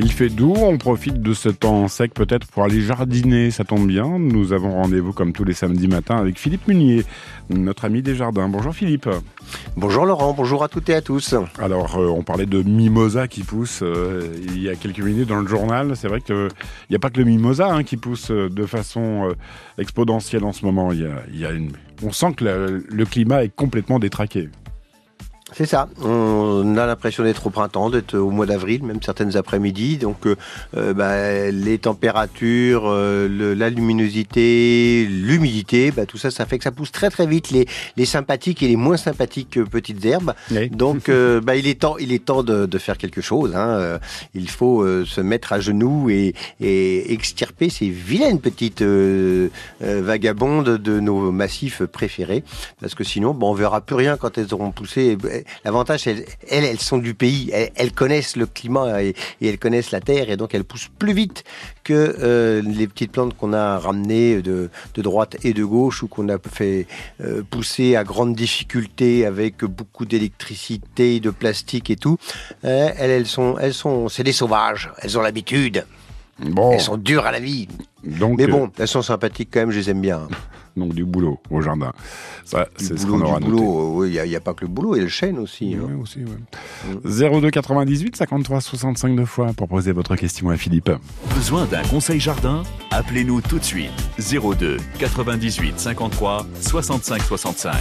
Il fait doux, on profite de ce temps sec peut-être pour aller jardiner, ça tombe bien. Nous avons rendez-vous comme tous les samedis matins avec Philippe Munier, notre ami des jardins. Bonjour Philippe. Bonjour Laurent, bonjour à toutes et à tous. Alors on parlait de mimosa qui pousse il y a quelques minutes dans le journal. C'est vrai qu'il n'y a pas que le mimosa qui pousse de façon exponentielle en ce moment. On sent que le climat est complètement détraqué. C'est ça, on a l'impression d'être au printemps, d'être au mois d'avril, même certaines après-midi. Donc les températures, la luminosité, l'humidité, tout ça, ça fait que ça pousse très très vite les sympathiques et les moins sympathiques petites herbes. Oui. Donc il est temps de faire quelque chose. Il faut se mettre à genoux et extirper ces vilaines petites vagabondes de nos massifs préférés. Parce que sinon, on verra plus rien quand elles auront poussé. L'avantage, elles sont du pays, elles connaissent le climat et elles connaissent la terre, et donc elles poussent plus vite que les petites plantes qu'on a ramenées de droite et de gauche, ou qu'on a fait pousser à grande difficulté avec beaucoup d'électricité, de plastique et tout. Elles sont, c'est des sauvages, elles ont l'habitude. Bon. Elles sont dures à la vie. Donc, mais bon, elles sont sympathiques quand même, je les aime bien. Donc du boulot au jardin. Ça, c'est ce qu'on aura noté. Oui, il n'y a pas que le boulot, il y a le chêne aussi. Oui, aussi, oui. 02 98 53 65 2 fois pour poser votre question à Philippe. Besoin d'un conseil jardin? Appelez-nous tout de suite. 02 98 53 65 65.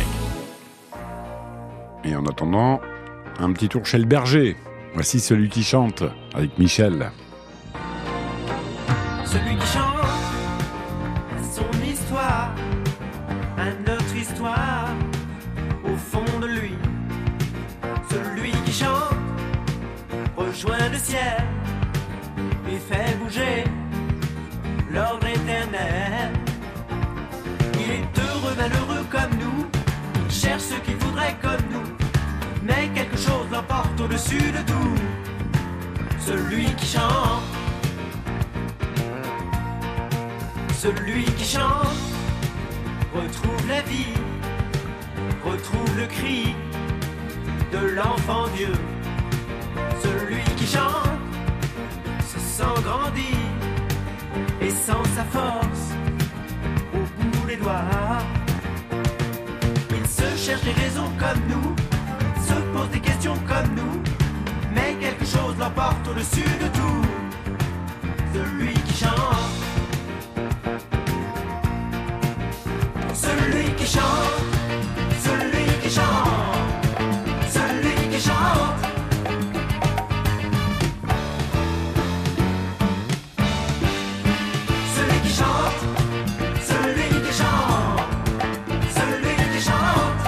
Et en attendant, un petit tour chez le berger. Voici Celui qui chante avec Michel. Celui qui chante son histoire, notre histoire au fond de lui. Celui qui chante rejoint le ciel et fait bouger l'ordre éternel. Il est heureux, malheureux comme nous, il cherche ce qu'il voudrait comme nous, mais quelque chose l'emporte au-dessus de tout. Celui qui chante, celui qui chante retrouve la vie, retrouve le cri de l'enfant Dieu. Celui qui chante se sent grandir et sent sa force au bout des doigts. Il se cherche des raisons comme nous, se pose des questions comme nous, mais quelque chose l'emporte au-dessus de tout. Celui qui chante, celui qui chante, celui qui chante, celui qui chante. Celui qui chante, celui qui chante, celui qui chante.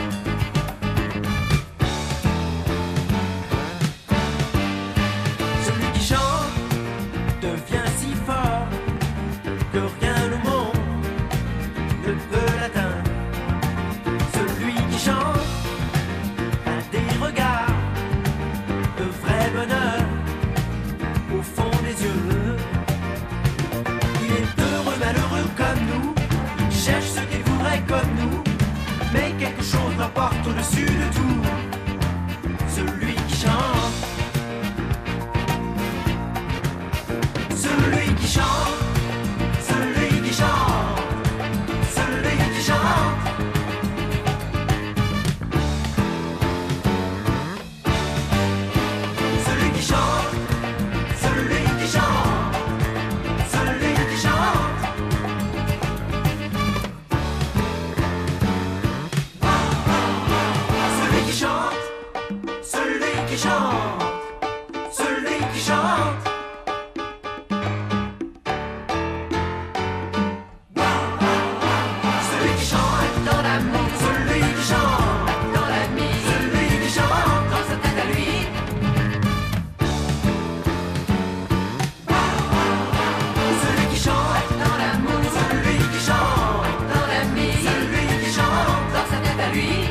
Celui qui chante devient si fort que rien au monde ne peut l'atteindre. Celui qui chante a des regards de vrai bonheur au fond des yeux. Il est heureux, malheureux comme nous, il cherche ce qu'il voudrait comme nous, mais quelque chose l'emporte au-dessus de tout. Celui qui chante, celui qui chante, celui qui chante, celui qui chante. Celui qui chante, celui qui chante, celui qui chante. Celui qui chante, celui qui chante, celui qui chante. Celui qui chante dans l'amour, celui qui chante dans la nuit, celui qui chante dans sa tête à lui. Celui qui chante dans l'amour, celui qui chante dans la nuit, celui qui chante dans sa tête à lui.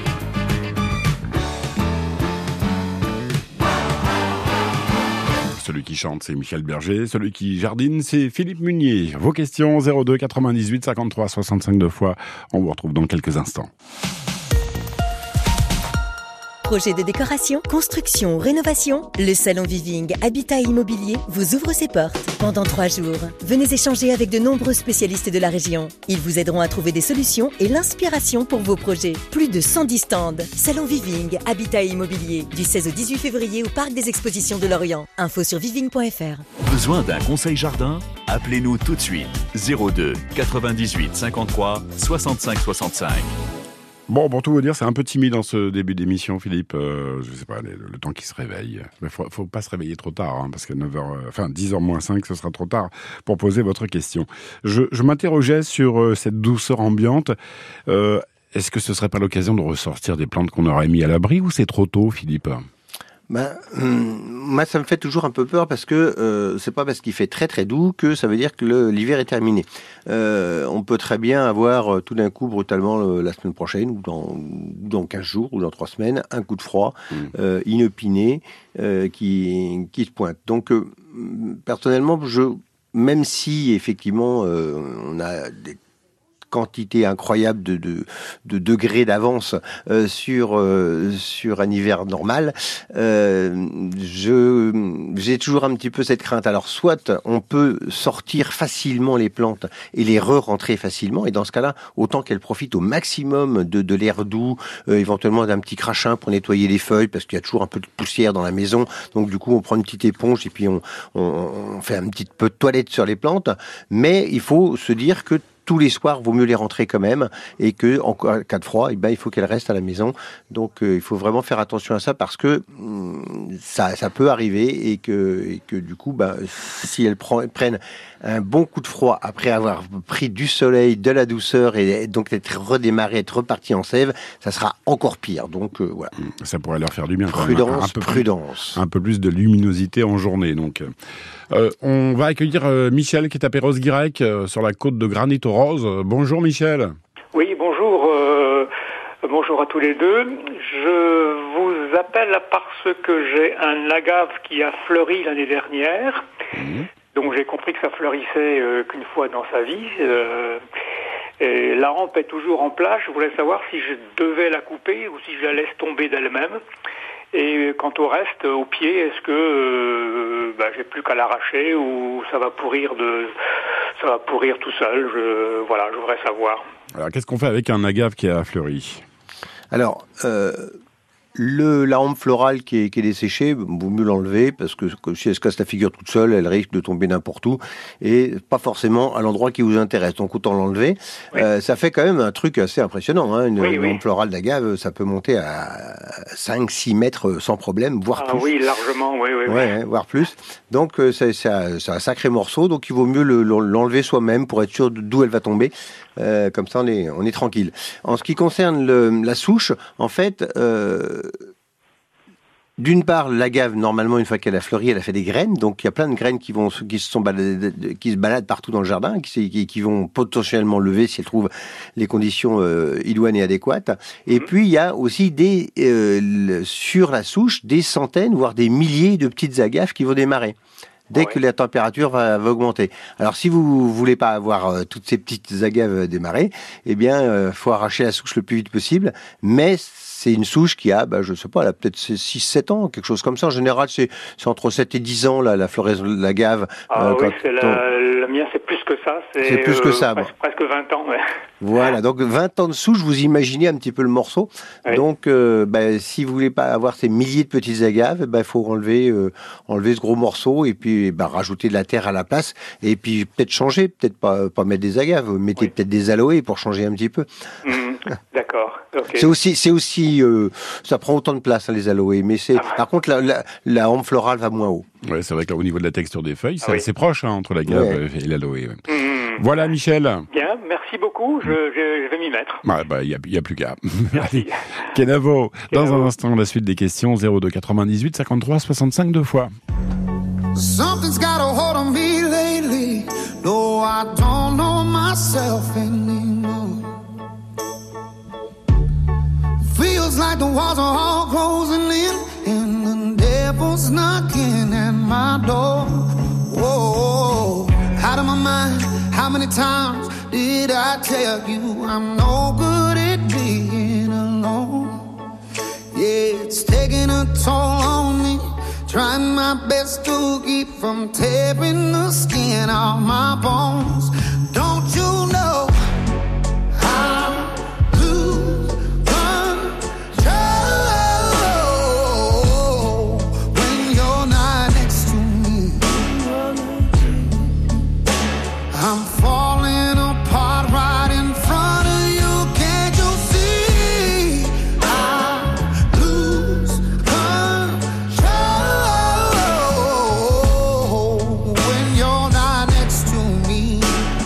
Celui qui chante, c'est Michel Berger. Celui qui jardine, c'est Philippe Munier. Vos questions, 02 98 53 65 2 fois. On vous retrouve dans quelques instants. projets de décoration, construction ou rénovation, le salon Viving Habitat Immobilier vous ouvre ses portes. Pendant 3 jours, venez échanger avec de nombreux spécialistes de la région. Ils vous aideront à trouver des solutions et l'inspiration pour vos projets. Plus de 110 stands. Salon Viving Habitat Immobilier du 16 au 18 février au Parc des Expositions de Lorient. Info sur viving.fr. Besoin d'un conseil jardin? Appelez-nous tout de suite. 02 98 53 65 65. Bon, pour tout vous dire, c'est un peu timide dans ce début d'émission, Philippe. Je sais pas, le temps qui se réveille. Mais faut pas se réveiller trop tard, parce que 10h moins 5, ce sera trop tard pour poser votre question. Je m'interrogeais sur cette douceur ambiante. Est-ce que ce serait pas l'occasion de ressortir des plantes qu'on aurait mis à l'abri ou c'est trop tôt, Philippe ? Moi, ça me fait toujours un peu peur parce que c'est pas parce qu'il fait très très doux que ça veut dire que l'hiver est terminé. On peut très bien avoir tout d'un coup brutalement la semaine prochaine ou dans 15 jours ou dans 3 semaines un coup de froid inopiné qui se pointe. Donc personnellement, même si effectivement on a des quantité incroyable de degrés d'avance sur un hiver normal, j'ai toujours un petit peu cette crainte. Alors soit on peut sortir facilement les plantes et les re-rentrer facilement, et dans ce cas-là, autant qu'elles profitent au maximum de l'air doux, éventuellement d'un petit crachin pour nettoyer les feuilles, parce qu'il y a toujours un peu de poussière dans la maison, donc du coup on prend une petite éponge et puis on fait un petit peu de toilette sur les plantes, mais il faut se dire que tous les soirs, vaut mieux les rentrer quand même, et que en cas de froid, il faut qu'elles restent à la maison. Donc, il faut vraiment faire attention à ça parce que ça peut arriver et que du coup, si elles prennent un bon coup de froid après avoir pris du soleil, de la douceur et donc être redémarré, être reparti en sève, ça sera encore pire. Donc voilà. Ça pourrait leur faire du bien. Prudence, prudence. Un peu plus de luminosité en journée. Donc, on va accueillir Michel qui est à Perros-Guirec sur la côte de Granit-aux-Roses. Bonjour Michel. Oui, bonjour. Bonjour à tous les deux. Je vous appelle parce que j'ai un agave qui a fleuri l'année dernière. Donc j'ai compris que ça fleurissait qu'une fois dans sa vie. Et la rampe est toujours en place. Je voulais savoir si je devais la couper ou si je la laisse tomber d'elle-même. Et quant au reste, au pied, est-ce que j'ai plus qu'à l'arracher ou ça va pourrir tout seul? Je voudrais savoir. Alors qu'est-ce qu'on fait avec un agave qui a fleuri? Alors, la rampe florale qui est desséchée, vaut mieux l'enlever parce que si elle se casse la figure toute seule, elle risque de tomber n'importe où et pas forcément à l'endroit qui vous intéresse. Donc autant l'enlever. Oui. Ça fait quand même un truc assez impressionnant. Une rampe florale d'agave, ça peut monter à 5-6 mètres sans problème, voire plus. Oui, largement, oui. Voire plus. Donc c'est un sacré morceau, donc il vaut mieux l'enlever soi-même pour être sûr d'où elle va tomber. Comme ça, on est tranquille. En ce qui concerne la souche, en fait, d'une part, l'agave, normalement, une fois qu'elle a fleuri, elle a fait des graines. Donc, il y a plein de graines qui se baladent partout dans le jardin, qui vont potentiellement lever si elles trouvent les conditions idoines et adéquates. Et puis, il y a aussi sur la souche, des centaines, voire des milliers de petites agaves qui vont démarrer dès que la température va augmenter. Alors, si vous voulez pas avoir toutes ces petites agaves démarrer, faut arracher la souche le plus vite possible. Mais c'est une souche qui a, je sais pas, elle a peut-être 6-7 ans, quelque chose comme ça. En général, c'est entre 7 et 10 ans, la floraison de l'agave. La mienne, c'est plus que ça. C'est plus que ça. Presque 20 ans, ouais. Voilà, donc 20 ans de souche, vous imaginez un petit peu le morceau. Oui. Donc, si vous voulez pas avoir ces milliers de petites agaves, il faut enlever ce gros morceau et puis rajouter de la terre à la place. Et puis peut-être changer, peut-être pas mettre des agaves, mettez peut-être des aloés pour changer un petit peu. D'accord. Okay. C'est aussi ça prend autant de place les aloés, mais par contre la rampe florale va moins haut. Ouais, c'est vrai qu'au niveau de la texture des feuilles, c'est assez proche entre l'agave et l'aloé. Ouais. Voilà Michel. Bien, merci beaucoup. Je vais m'y mettre. Il y a plus qu'à. Kenavo, dans un instant la suite des questions 02 98 53 65 2 fois. Something's got a hold on me lately. No, I don't know myself anymore. Feels like the walls are all closing in and the devil's knocking at my door. Whoa, out of my mind. How many times did I tell you I'm no good at being alone? Yeah, it's taking a toll on me. Trying my best to keep from tearing the skin off my bones. Don't you know I lose control when you're not next to me? I'm falling apart right in front of you. Can't you see? I lose control when you're not next to me.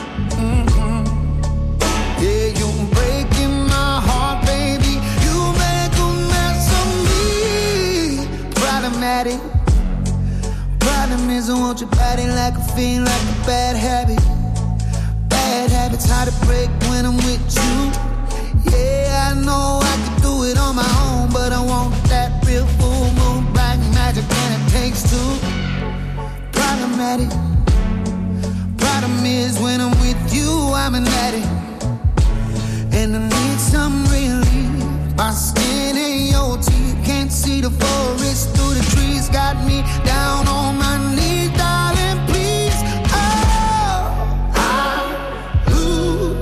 Yeah, you're breaking my heart, baby. You make a mess of me. Problematic. Problem is I want your body like a fiend, like a bad habit. Bad habits hard to break when I'm with you. Yeah, I know I can do it on my own, but I want that real full moon black magic, and it takes two. Problematic. Problem is when I'm with you, I'm an addict, and I need some relief. My skin and your teeth can't see the forest through the trees. Got me down on my knees, darling, please. Oh, I lose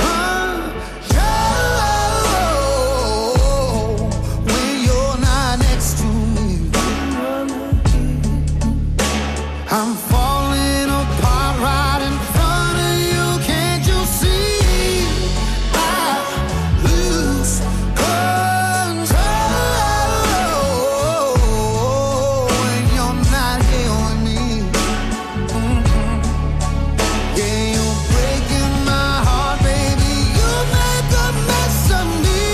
control when you're not next to me. I'm falling apart right in front of you. Can't you see? I lose control when you're not here with me. Yeah, you're breaking my heart, baby. You make a mess of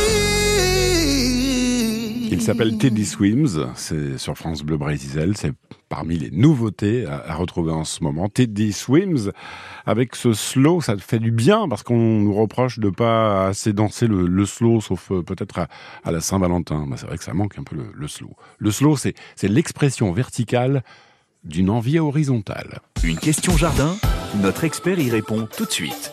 me. Il s'appelle Teddy Swims, c'est sur France Bleu Brésil, c'est parmi les nouveautés à retrouver en ce moment. Teddy Swims, avec ce slow, ça fait du bien, parce qu'on nous reproche de pas assez danser le slow, sauf peut-être à la Saint-Valentin. Bah, c'est vrai que ça manque un peu le slow. Le slow, c'est l'expression verticale d'une envie horizontale. Une question jardin, notre expert y répond tout de suite.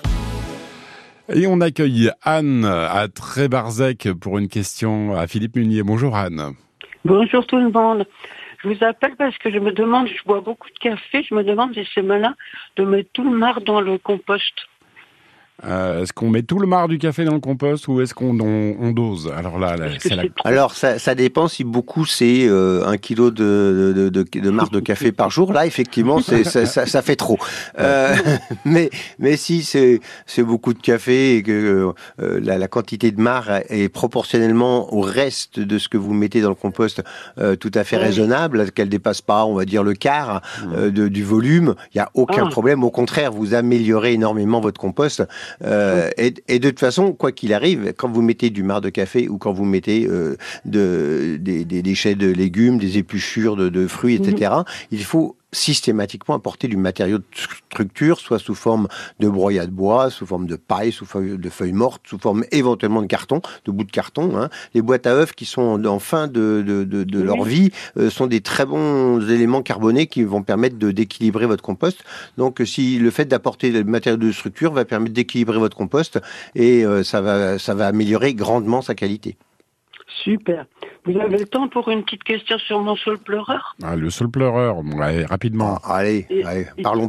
Et on accueille Anne à Trébarzec pour une question à Philippe Munier. Bonjour Anne. Bonjour tout le monde. Je vous appelle parce que je me demande, je bois beaucoup de café, je me demande si c'est malin de mettre tout le marc dans le compost. Est-ce qu'on met tout le marc du café dans le compost ou est-ce qu'on dose? Alors là, c'est la... Alors ça dépend si beaucoup c'est 1 kilo de marc de café par jour. Là effectivement ça fait trop. Mais si c'est beaucoup de café et que la quantité de marc est proportionnellement au reste de ce que vous mettez dans le compost tout à fait raisonnable, qu'elle dépasse pas, on va dire, le quart du volume, il y a aucun problème. Au contraire, vous améliorez énormément votre compost. Et de toute façon, quoi qu'il arrive, quand vous mettez du marc de café ou quand vous mettez des déchets de légumes, des épluchures de fruits, etc., il faut systématiquement apporter du matériau de structure, soit sous forme de broyat de bois, sous forme de paille, sous forme de feuilles mortes, sous forme éventuellement de carton, de bouts de carton. Hein. Les boîtes à œufs qui sont en fin de leur vie sont des très bons éléments carbonés qui vont permettre d'équilibrer votre compost. Donc si le fait d'apporter le matériau de structure va permettre d'équilibrer votre compost et ça va améliorer grandement sa qualité. Super. Vous avez le temps pour une petite question sur mon saule pleureur? Le saule pleureur, ouais, rapidement. Allez, parlons.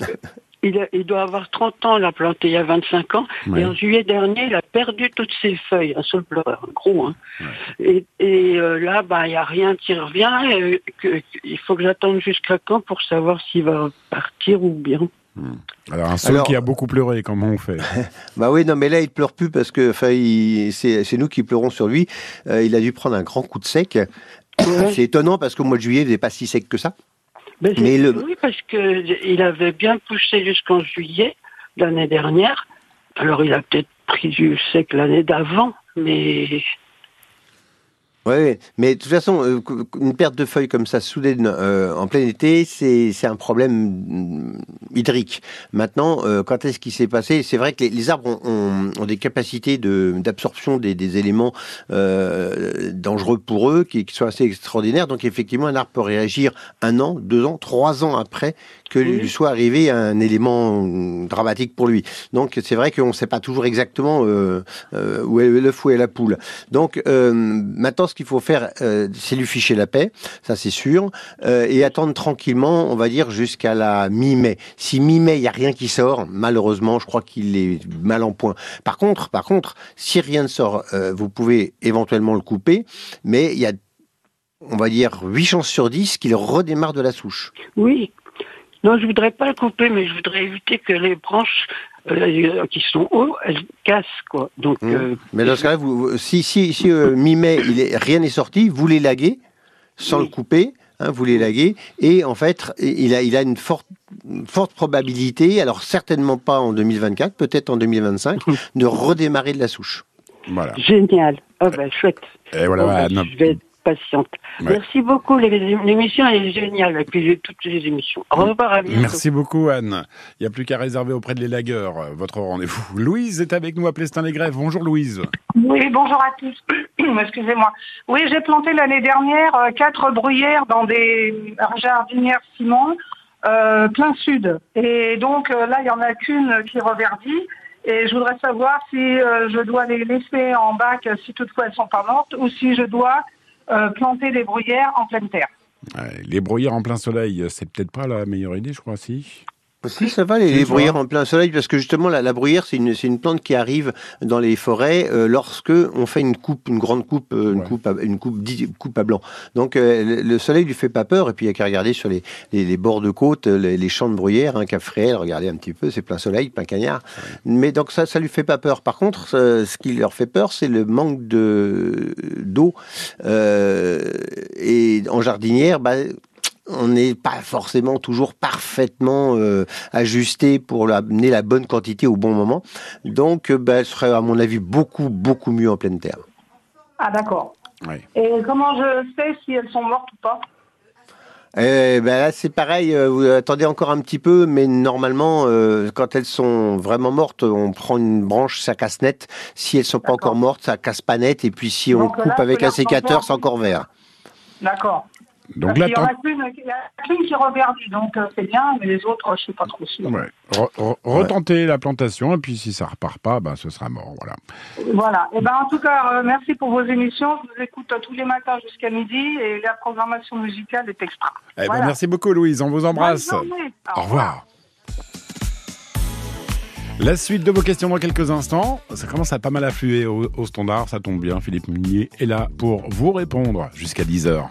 Il doit avoir 30 ans, l'a planté il y a 25 ans. Oui. Et en juillet dernier, il a perdu toutes ses feuilles. Un saule pleureur, gros. Hein. Ouais. Et là, il n'y a rien qui revient. Il faut que j'attende jusqu'à quand pour savoir s'il va partir ou bien. Alors un saule qui a beaucoup pleuré, comment on fait? Bah oui, non mais là il pleure plus parce que c'est nous qui pleurons sur lui. Il a dû prendre un grand coup de sec. Ouais. C'est étonnant parce qu'au mois de juillet il faisait pas si sec que ça. Oui, parce que il avait bien poussé jusqu'en juillet l'année dernière. Alors il a peut-être pris du sec l'année d'avant, mais... Oui, mais de toute façon, une perte de feuilles comme ça soudaine en plein été, c'est un problème hydrique. Maintenant, quand est-ce qu'il s'est passé? C'est vrai que les arbres ont des capacités d'absorption des éléments dangereux pour eux qui sont assez extraordinaires. Donc effectivement, un arbre peut réagir 1 an, 2 ans, 3 ans après que lui soit arrivé un élément dramatique pour lui. Donc c'est vrai qu'on ne sait pas toujours exactement où est l'œuf, où est la poule. Donc maintenant, ce qu'il faut faire, c'est lui ficher la paix, ça c'est sûr, et attendre tranquillement, on va dire, jusqu'à la mi-mai. Si mi-mai, il n'y a rien qui sort, malheureusement, je crois qu'il est mal en point. Par contre, si rien ne sort, vous pouvez éventuellement le couper, mais il y a, on va dire, 8 chances sur 10 qu'il redémarre de la souche. Oui. Non, je voudrais pas le couper, mais je voudrais éviter que les branches qui sont hauts, elles cassent, quoi. Donc, mais dans ce cas-là, si mi-mai, rien n'est sorti, vous l'élaguez, sans le couper, vous l'élaguez, et en fait, il a une forte probabilité, alors certainement pas en 2024, peut-être en 2025, de redémarrer de la souche. Voilà. Génial. Ah ben, chouette. Et voilà, je vais être patiente. Ouais. Merci beaucoup, l'émission est géniale, et puis j'ai toutes les émissions. Au revoir, à bientôt. Merci beaucoup, Anne. Il n'y a plus qu'à réserver auprès de l'élagueur votre rendez-vous. Louise est avec nous à Plestin-les-Grèves. Bonjour, Louise. Oui, bonjour à tous. Excusez-moi. Oui, j'ai planté l'année dernière 4 bruyères dans des jardinières Simon, plein sud. Et donc là, il n'y en a qu'une qui reverdit. Et je voudrais savoir si je dois les laisser en bac si toutefois elles ne sont pas mortes, ou si je dois planter des bruyères en pleine terre. Les bruyères en plein soleil, c'est peut-être pas la meilleure idée, je crois, si. Si, ça va, les bruyères en plein soleil, parce que justement, la bruyère, c'est une plante qui arrive dans les forêts lorsque on fait une grande coupe, une coupe à blanc. Donc, le soleil lui fait pas peur, et puis il y a qu'à regarder sur les bords de côte, les champs de bruyère, Cap Fréhel, regardez un petit peu, c'est plein soleil, plein cagnard. Mais donc, ça lui fait pas peur. Par contre, ce qui leur fait peur, c'est le manque d'eau. Et en jardinière, on n'est pas forcément toujours parfaitement ajusté pour amener la bonne quantité au bon moment. Donc, elle serait, à mon avis, beaucoup, beaucoup mieux en pleine terre. Ah, d'accord. Oui. Et comment je sais si elles sont mortes ou pas ? Là, c'est pareil, vous attendez encore un petit peu, mais normalement, quand elles sont vraiment mortes, on prend une branche, ça casse net. Si elles sont pas encore mortes, ça casse pas net. Et puis, si on coupe avec un sécateur, c'est encore vert. D'accord. Donc là, il y en a qu'une qui reverdit, donc c'est bien, mais les autres, je ne suis pas trop sûr. Ouais. Retentez la plantation, et puis si ça repart pas, ce sera mort, voilà. Voilà. Et en tout cas, merci pour vos émissions. Je vous écoute tous les matins jusqu'à midi, et la programmation musicale est extra. Voilà. Merci beaucoup, Louise. On vous embrasse. Au revoir. La suite de vos questions dans quelques instants. Ça commence à pas mal affluer au standard. Ça tombe bien. Philippe Meunier est là pour vous répondre jusqu'à 10h.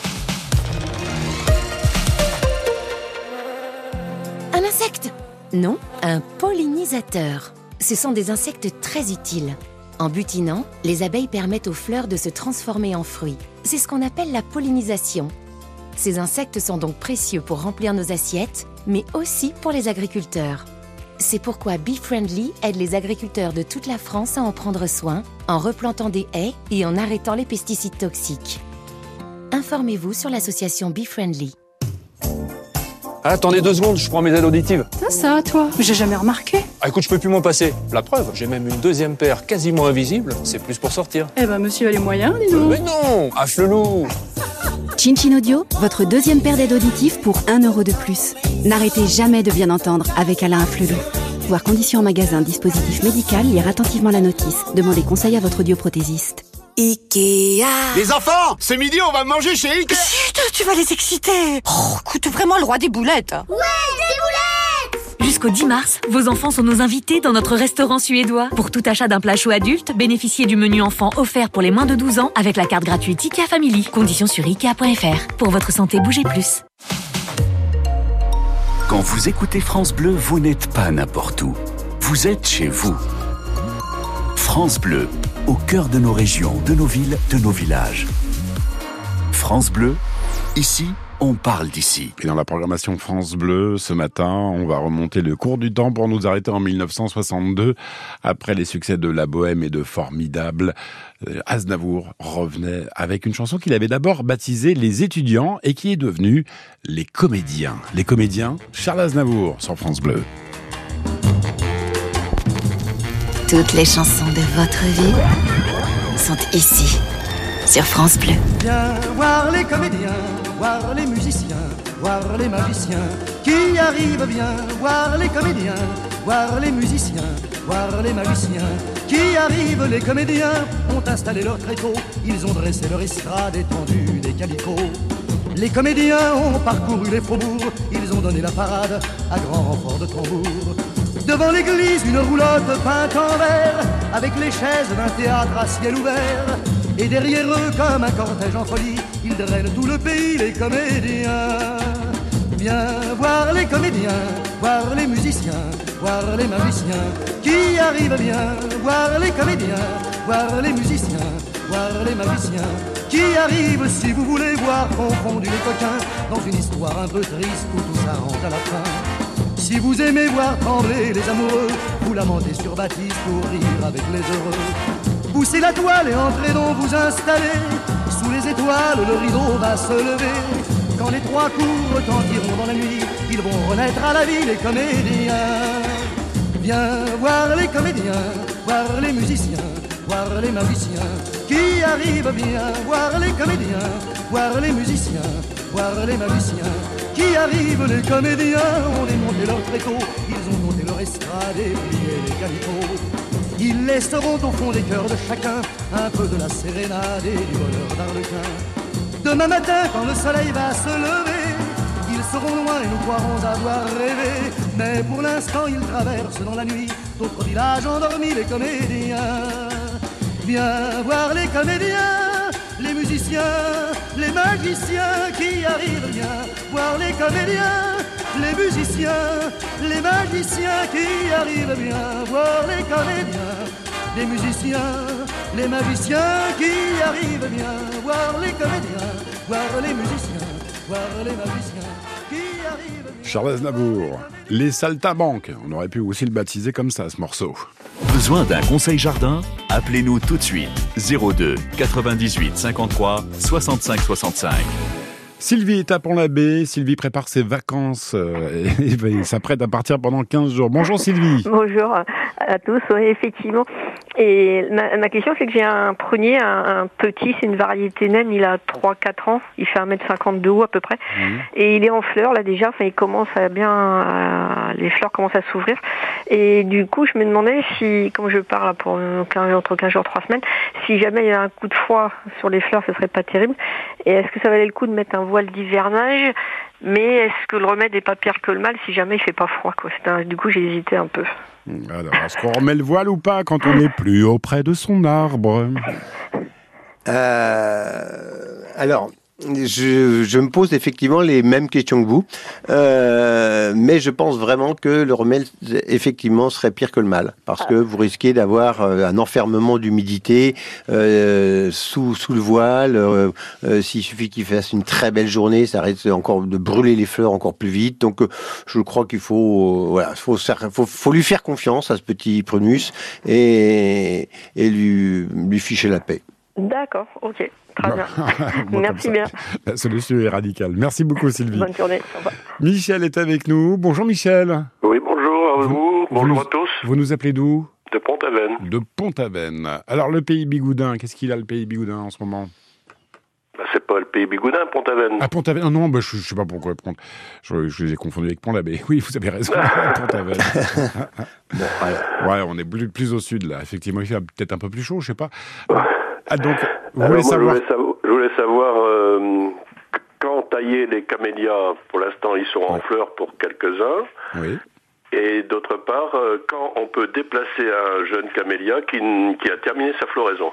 Un insecte ? Non, un pollinisateur. Ce sont des insectes très utiles. En butinant, les abeilles permettent aux fleurs de se transformer en fruits. C'est ce qu'on appelle la pollinisation. Ces insectes sont donc précieux pour remplir nos assiettes, mais aussi pour les agriculteurs. C'est pourquoi BeFriendly aide les agriculteurs de toute la France à en prendre soin, en replantant des haies et en arrêtant les pesticides toxiques. Informez-vous sur l'association BeFriendly. Attendez 2 secondes, je prends mes aides auditives. Ça, toi, j'ai jamais remarqué. Ah, écoute, je peux plus m'en passer. La preuve, j'ai même une 2e paire quasiment invisible. C'est plus pour sortir. Monsieur a les moyens, dis donc. Mais non, Afflelou. Chin Audio, votre 2e paire d'aides auditives pour 1 € de plus. N'arrêtez jamais de bien entendre avec Alain Afflelou. Voir conditions en magasin, dispositif médical, lire attentivement la notice. Demandez conseil à votre audioprothésiste. Ikea. Les enfants, ce midi on va manger chez Ikea. Chut, tu vas les exciter. Oh, écoute, vraiment le roi des boulettes. Ouais, des boulettes. Jusqu'au 10 mars, vos enfants sont nos invités dans notre restaurant suédois. Pour tout achat d'un plat chaud adulte, bénéficiez du menu enfant offert pour les moins de 12 ans avec la carte gratuite Ikea Family. Conditions sur Ikea.fr. Pour votre santé, bougez plus. Quand vous écoutez France Bleu, vous n'êtes pas n'importe où. Vous êtes chez vous. France Bleu, au cœur de nos régions, de nos villes, de nos villages. France Bleu, ici, on parle d'ici. Et dans la programmation France Bleu, ce matin, on va remonter le cours du temps pour nous arrêter en 1962. Après les succès de La Bohème et de Formidable, Aznavour revenait avec une chanson qu'il avait d'abord baptisée Les Étudiants et qui est devenue Les Comédiens. Les Comédiens, Charles Aznavour sur France Bleu. Toutes les chansons de votre vie sont ici, sur France Bleu. Viens voir les comédiens, voir les musiciens, voir les magiciens qui arrivent bien, voir les comédiens, voir les musiciens voir les magiciens qui arrivent. Les comédiens ont installé leur tréteau, ils ont dressé leur estrade étendue des calicots. Les comédiens ont parcouru les faubourgs, ils ont donné la parade à grand renfort de tambour. Devant l'église, une roulotte peinte en vert, avec les chaises d'un théâtre à ciel ouvert. Et derrière eux, comme un cortège en folie, ils drainent tout le pays, les comédiens. Viens voir les comédiens, voir les musiciens, voir les magiciens qui arrivent bien. Voir les comédiens, voir les musiciens, voir les magiciens qui arrivent. Si vous voulez voir confondus les coquins dans une histoire un peu triste où tout s'arrange à la fin. Si vous aimez voir trembler les amoureux, vous lamentez sur Baptiste pour rire avec les heureux. Poussez la toile et entrez donc vous installer. Sous les étoiles, le rideau va se lever. Quand les trois coups retentiront dans la nuit, ils vont renaître à la vie, les comédiens. Viens voir les comédiens, voir les musiciens, voir les magiciens qui arrivent bien. Voir les comédiens, voir les musiciens, voir les magiciens qui arrivent. Les comédiens ont démonté leur tréteau, ils ont monté leur estrade et plié les calicots. Ils laisseront au fond des cœurs de chacun un peu de la sérénade et du bonheur d'Arlequin. Demain matin, quand le soleil va se lever, ils seront loin et nous croirons avoir rêvé. Mais pour l'instant, ils traversent dans la nuit d'autres villages endormis, les comédiens. Viens voir les comédiens, les musiciens, les magiciens qui arrivent bien. Voir les comédiens, les musiciens, les magiciens qui arrivent bien. Voir les comédiens, les musiciens, les magiciens qui arrivent bien. Voir les comédiens, voir les musiciens, voir les magiciens qui arrivent bien. Charles Aznavour, les saltimbanques. On aurait pu aussi le baptiser comme ça, ce morceau. Besoin d'un conseil jardin? Appelez-nous tout de suite. 02 98 53 65 65. Sylvie est à Pont-l'Abbé. Sylvie prépare ses vacances et s'apprête à partir pendant 15 jours. Bonjour Sylvie. Bonjour à tous, oui, effectivement. Et ma question, c'est que j'ai un prunier, un petit, c'est une variété naine, il a 3-4 ans, il fait 1m50 de haut à peu près, et il est en fleurs là déjà, enfin, il commence à bien, les fleurs commencent à s'ouvrir, et du coup je me demandais si, comme je pars là pour entre 15 jours, 3 semaines, si jamais il y a un coup de froid sur les fleurs, ce serait pas terrible, et est-ce que ça valait le coup de mettre un voile d'hivernage, mais est-ce que le remède n'est pas pire que le mal si jamais il fait pas froid, quoi. Du coup j'ai hésité un peu. Alors, est-ce qu'on remet le voile ou pas quand on n'est plus auprès de son arbre? Alors, je me pose effectivement les mêmes questions que vous, mais je pense vraiment que le remède, effectivement, serait pire que le mal, parce que vous risquez d'avoir un enfermement d'humidité sous le voile. S'il suffit qu'il fasse une très belle journée, ça risque encore de brûler les fleurs encore plus vite. Donc, je crois qu'il faut lui faire confiance à ce petit prunus et lui ficher la paix. D'accord, ok. Très bien. Bon, merci bien. La solution est radicale. Merci beaucoup Sylvie. Bonne journée. Au revoir. Michel est avec nous. Bonjour Michel. Oui, bonjour à vous. Bonjour à tous. Vous nous appelez d'où? De Pont-Aven. De Pont-Aven. Alors le pays Bigoudin, qu'est-ce qu'il a le pays Bigoudin en ce moment? C'est pas le pays Bigoudin, Pont-Aven. Ah, Pont-Aven. Non, je sais pas pourquoi. Je les ai confondus avec Pont-l'Abbé. Oui, vous avez raison. Pont-Aven. Bon, ouais, on est plus au sud là. Effectivement, il fait peut-être un peu plus chaud, je sais pas. Ah, donc, je voulais savoir quand tailler les camélias. Pour l'instant, ils sont en fleurs pour quelques-uns. Oui. Et d'autre part, quand on peut déplacer un jeune camélia qui a terminé sa floraison.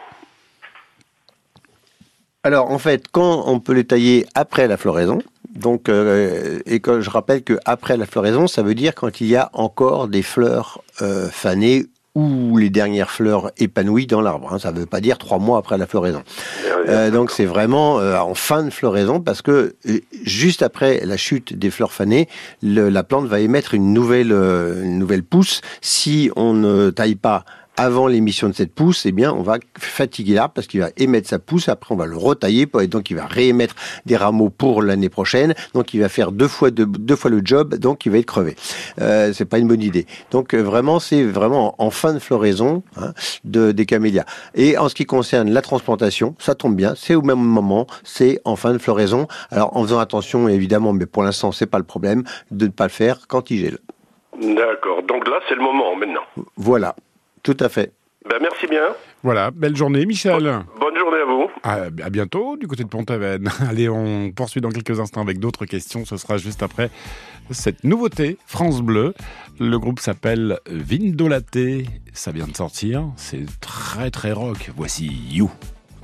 Alors, en fait, quand on peut les tailler après la floraison, donc, et quand je rappelle que après la floraison, ça veut dire quand il y a encore des fleurs fanées ou les dernières fleurs épanouies dans l'arbre. Ça ne veut pas dire 3 mois après la floraison. Donc c'est vraiment en fin de floraison parce que juste après la chute des fleurs fanées, la plante va émettre une nouvelle pousse. Si on ne taille pas avant l'émission de cette pousse, eh bien, on va fatiguer l'arbre parce qu'il va émettre sa pousse. Après, on va le retailler et donc il va réémettre des rameaux pour l'année prochaine. Donc, il va faire deux fois le job. Donc, il va être crevé. C'est pas une bonne idée. Donc, c'est vraiment en fin de floraison des camélias. Et en ce qui concerne la transplantation, ça tombe bien. C'est au même moment. C'est en fin de floraison. Alors, en faisant attention, évidemment, mais pour l'instant, c'est pas le problème de ne pas le faire quand il gèle. D'accord. Donc là, c'est le moment maintenant. Voilà, tout à fait. Ben, merci bien. Voilà, belle journée, Michel. Bonne journée à vous. À bientôt du côté de Pont-Aven. Allez, on poursuit dans quelques instants avec d'autres questions. Ce sera juste après cette nouveauté, France Bleu. Le groupe s'appelle Vindolaté. Ça vient de sortir. C'est très très rock. Voici You.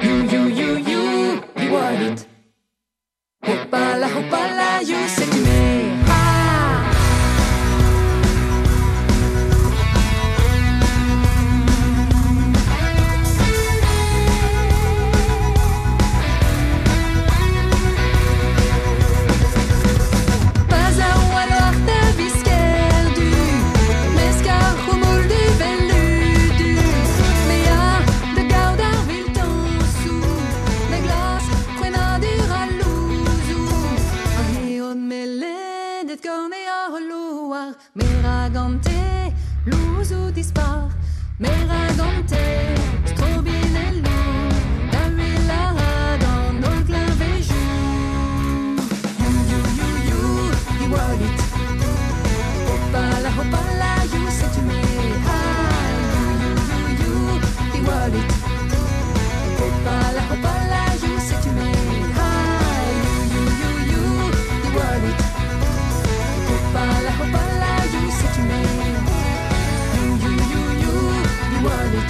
You want it. Hoppala, hoppala, you c'est du mais. Meragante, l'uso dispar, meragante, strobilello, la villa dans nos clavejou. You want it. Hoppala, you c'est tu mets. You want it. Hoppala, you c'est tu mets. You want it. Hoppala, you c'est tu mets. You want it.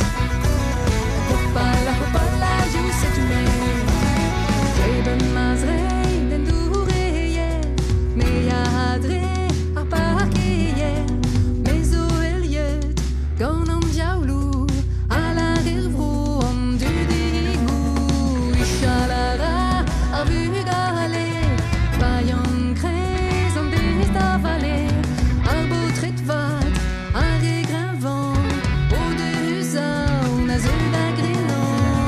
Hoppala, you c'est tu mets. Reben mazrei den doureie, me yadre a parqueye, mais o eliet gonan diaulu a la rivru om du digou, ishalara a vu gale, vaillant crez om des davalé, un beau trait de vague, un régravant, au deux on a zeu d'agrénant.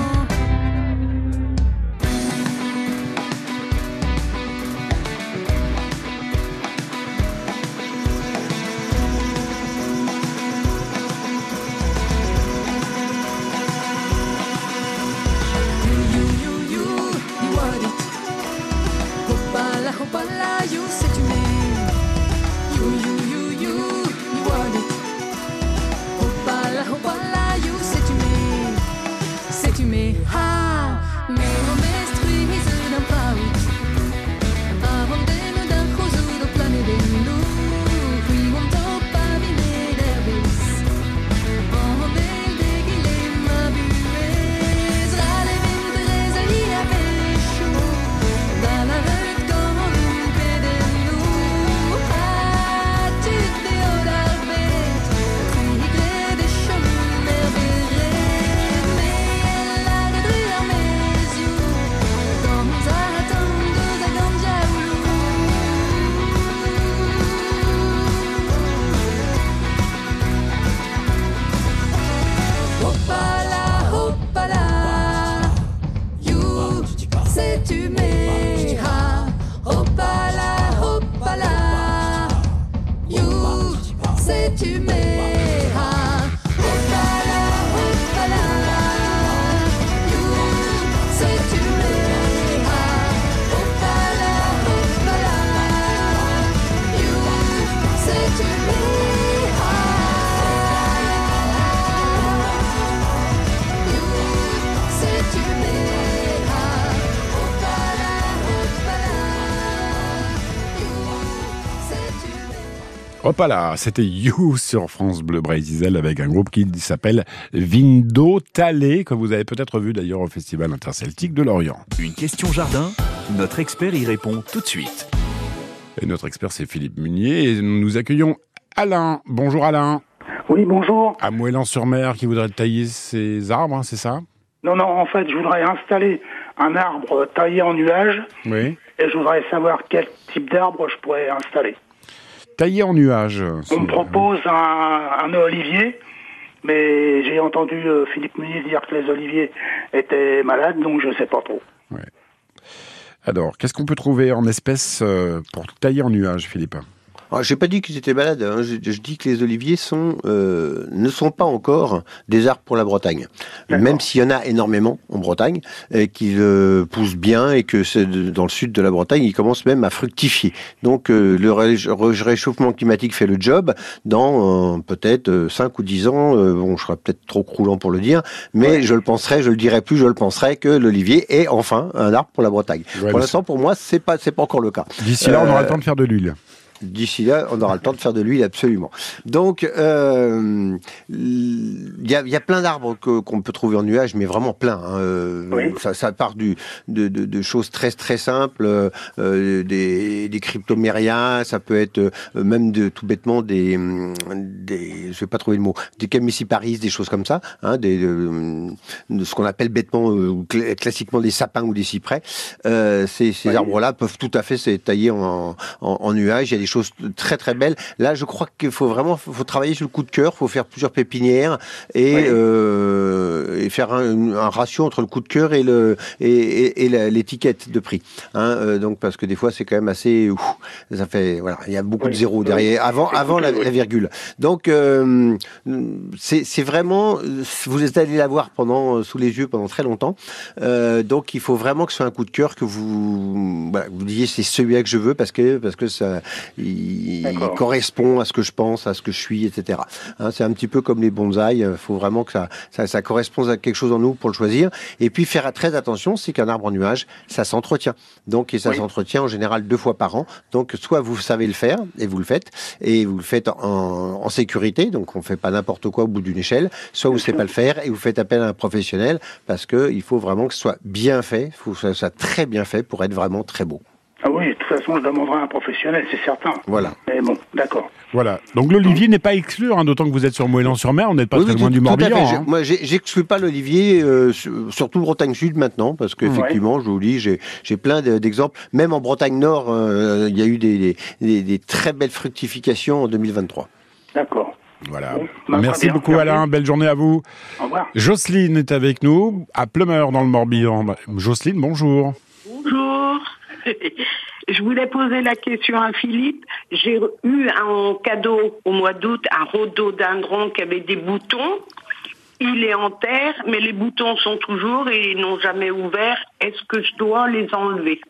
You want it. Hoppala, you c'est tu mets. You want it. Hoppala, you c'est tu mets. C'est tu mets. Ha, mais on m'estrise d'un paout. Avant d'elle d'un crozo de planer des loups. Puis mon temps pas biné d'herbis. En belle déguilé ma buée. Zrale vindrez à y avait chaud. Dans la rue comme on loupait des loups. Ah, tu te au d'arbet. Crigré des chemins merveilleux. Mais elle a des drues à mes yeux. Comme ça attend de la grande jaoulou. Hoppala, you, c'est tu mets. Hoppala, you, c'est tu mets. Hoppala, you, c'est tu mets. Hoppala, you, c'est tu mets. C'est tu mets. Hoppala, c'est tu mets. Hopala, c'était You sur France Bleu Brésil avec un groupe qui s'appelle Vindolaté, que vous avez peut-être vu d'ailleurs au Festival Interceltique de Lorient. Une question jardin, notre expert y répond tout de suite. Et notre expert, c'est Philippe Munier. Et nous accueillons Alain. Bonjour Alain. Oui, bonjour. À Moëlan-sur-Mer, qui voudrait tailler ses arbres, hein, c'est ça? Non, en fait, je voudrais installer un arbre taillé en nuage. Oui. Et je voudrais savoir quel type d'arbre je pourrais installer. Taillé en nuage. On me propose un olivier, mais j'ai entendu Philippe Munier dire que les oliviers étaient malades, donc je ne sais pas trop. Alors, qu'est-ce qu'on peut trouver en espèces pour tailler en nuage, Philippe? Alors, j'ai pas dit qu'ils étaient malades, hein. Je dis que les oliviers ne sont pas encore des arbres pour la Bretagne. Même s'il y en a énormément en Bretagne, et qu'ils poussent bien et que dans le sud de la Bretagne, ils commencent même à fructifier. Donc le réchauffement climatique fait le job. Dans peut-être 5 ou 10 ans, bon, je serai peut-être trop croulant pour le dire, mais je le dirai plus, je le penserai que l'olivier est enfin un arbre pour la Bretagne. Ouais, pour l'instant, pour moi, c'est pas encore le cas. D'ici là, on aura le temps de faire de l'huile. D'ici là, on aura le temps de faire de l'huile, absolument. Donc, il y a plein d'arbres qu'on peut trouver en nuage, mais vraiment plein. Hein. Ça part de choses très très simples, des cryptomérias, ça peut être même tout bêtement des je vais pas trouver le mot, des camiciparis, des choses comme ça, hein, ce qu'on appelle bêtement, classiquement des sapins ou des cyprès. Ces arbres-là peuvent tout à fait se tailler en nuage. Il y a des choses très très belles. Là, je crois qu'il faut travailler sur le coup de cœur. Il faut faire plusieurs pépinières et faire un ratio entre le coup de cœur et l'étiquette de prix. Hein, donc parce que des fois c'est quand même assez. Ça fait il y a beaucoup de zéros derrière avant la virgule. Donc c'est vraiment vous allez l'avoir sous les yeux pendant très longtemps. Donc il faut vraiment que ce soit un coup de cœur que vous disiez c'est celui-là que je veux parce que ça il correspond à ce que je pense, à ce que je suis, etc. Hein, c'est un petit peu comme les bonsaïs. Il faut vraiment que ça corresponde à quelque chose en nous pour le choisir. Et puis faire très attention, c'est qu'un arbre en nuage, ça s'entretient. Donc ça s'entretient en général 2 fois par an. Donc soit vous savez le faire et vous le faites en sécurité. Donc on fait pas n'importe quoi au bout d'une échelle. Soit vous savez pas le faire et vous faites appel à un professionnel parce que il faut vraiment que ce soit bien fait. Il faut que ce soit très bien fait pour être vraiment très beau. Ah oui, de toute façon, je demanderai à un professionnel, c'est certain. Voilà. Mais bon, d'accord. Voilà. Donc l'olivier n'est pas exclu, hein, d'autant que vous êtes sur Moëlan-sur-Mer, on n'est pas très loin du Morbihan. Hein. Moi, j'exclus pas l'olivier, surtout Bretagne Sud maintenant, parce qu'effectivement, je vous dis, j'ai plein d'exemples. Même en Bretagne Nord, il y a eu des très belles fructifications en 2023. D'accord. Voilà. Merci beaucoup Alain, belle journée à vous. Au revoir. Jocelyne est avec nous, à Plumeur dans le Morbihan. Jocelyne, bonjour. Bonjour. Je voulais poser la question à Philippe. J'ai eu en cadeau au mois d'août un rhododendron qui avait des boutons. Il est en terre, mais les boutons sont toujours et ils n'ont jamais ouvert. Est-ce que je dois les enlever?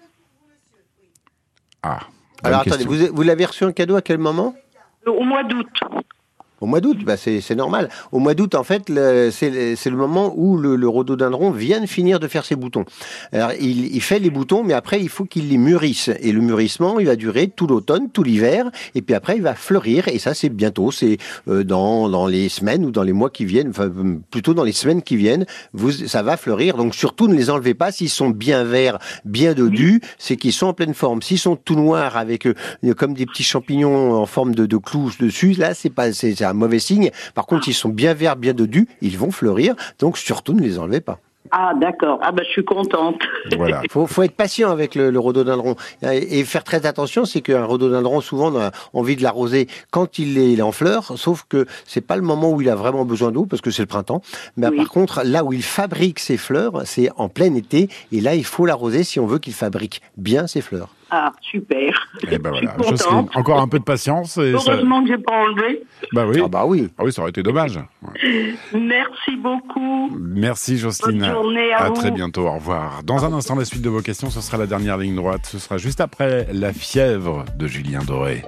Alors attendez, vous l'avez reçu en cadeau à quel moment? Au mois d'août. Au mois d'août, c'est normal. Au mois d'août, en fait, c'est le moment où le rhododendron vient de finir de faire ses boutons. Alors, il fait les boutons, mais après, il faut qu'il les mûrisse. Et le mûrissement, il va durer tout l'automne, tout l'hiver, et puis après, il va fleurir. Et ça, c'est bientôt. C'est dans les semaines ou dans les mois qui viennent, enfin, plutôt dans les semaines qui viennent, ça va fleurir. Donc, surtout, ne les enlevez pas. S'ils sont bien verts, bien dodus, c'est qu'ils sont en pleine forme. S'ils sont tout noirs avec comme des petits champignons en forme de clous dessus, là, c'est un mauvais signe. Par contre, s'ils sont bien verts, bien dodus, ils vont fleurir. Donc, surtout, ne les enlevez pas. Ah, d'accord. Ah, je suis contente. Voilà. Faut être patient avec le rhododendron. Et faire très attention, c'est qu'un rhododendron, souvent, on a envie de l'arroser quand il est en fleurs, sauf que c'est pas le moment où il a vraiment besoin d'eau, parce que c'est le printemps. Mais par contre, là où il fabrique ses fleurs, c'est en plein été. Et là, il faut l'arroser si on veut qu'il fabrique bien ses fleurs. Ah, super. Et ben voilà. Jocelyne, encore un peu de patience. Et heureusement que j'ai pas enlevé. Bah oui. Ah oui, ça aurait été dommage. Merci beaucoup. Merci Jocelyne. Bonne journée à vous. Très bientôt, au revoir. Dans un instant, la suite de vos questions, ce sera la dernière ligne droite. Ce sera juste après La fièvre de Julien Doré.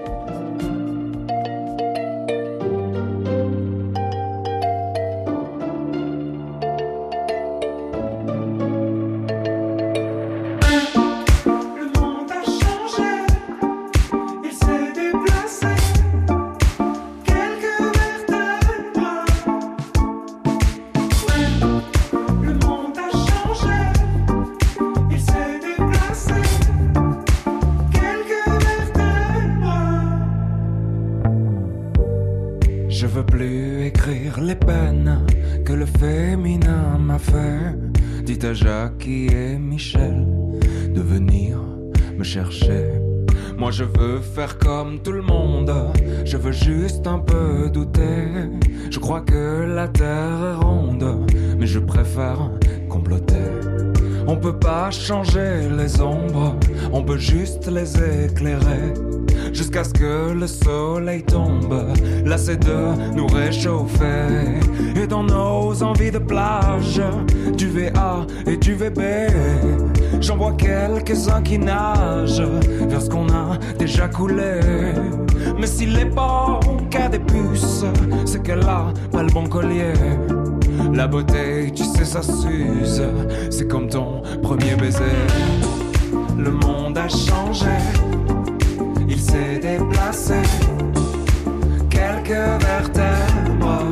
Je veux plus écrire les peines que le féminin m'a fait. Dites à Jackie et Michel de venir me chercher. Moi je veux faire comme tout le monde, je veux juste un peu douter. Je crois que la terre est ronde, mais je préfère comploter. On peut pas changer les ombres, on peut juste les éclairer. Je jusqu'à ce que le soleil tombe, lassé de nous réchauffer. Et dans nos envies de plage, du VA et du VB, j'en vois quelques-uns qui nagent vers ce qu'on a déjà coulé. Mais si l'époque a des puces, c'est qu'elle a pas le bon collier. La beauté, tu sais, ça s'use, c'est comme ton premier baiser. Le monde a changé, il s'est déplacé, quelques vertèbres.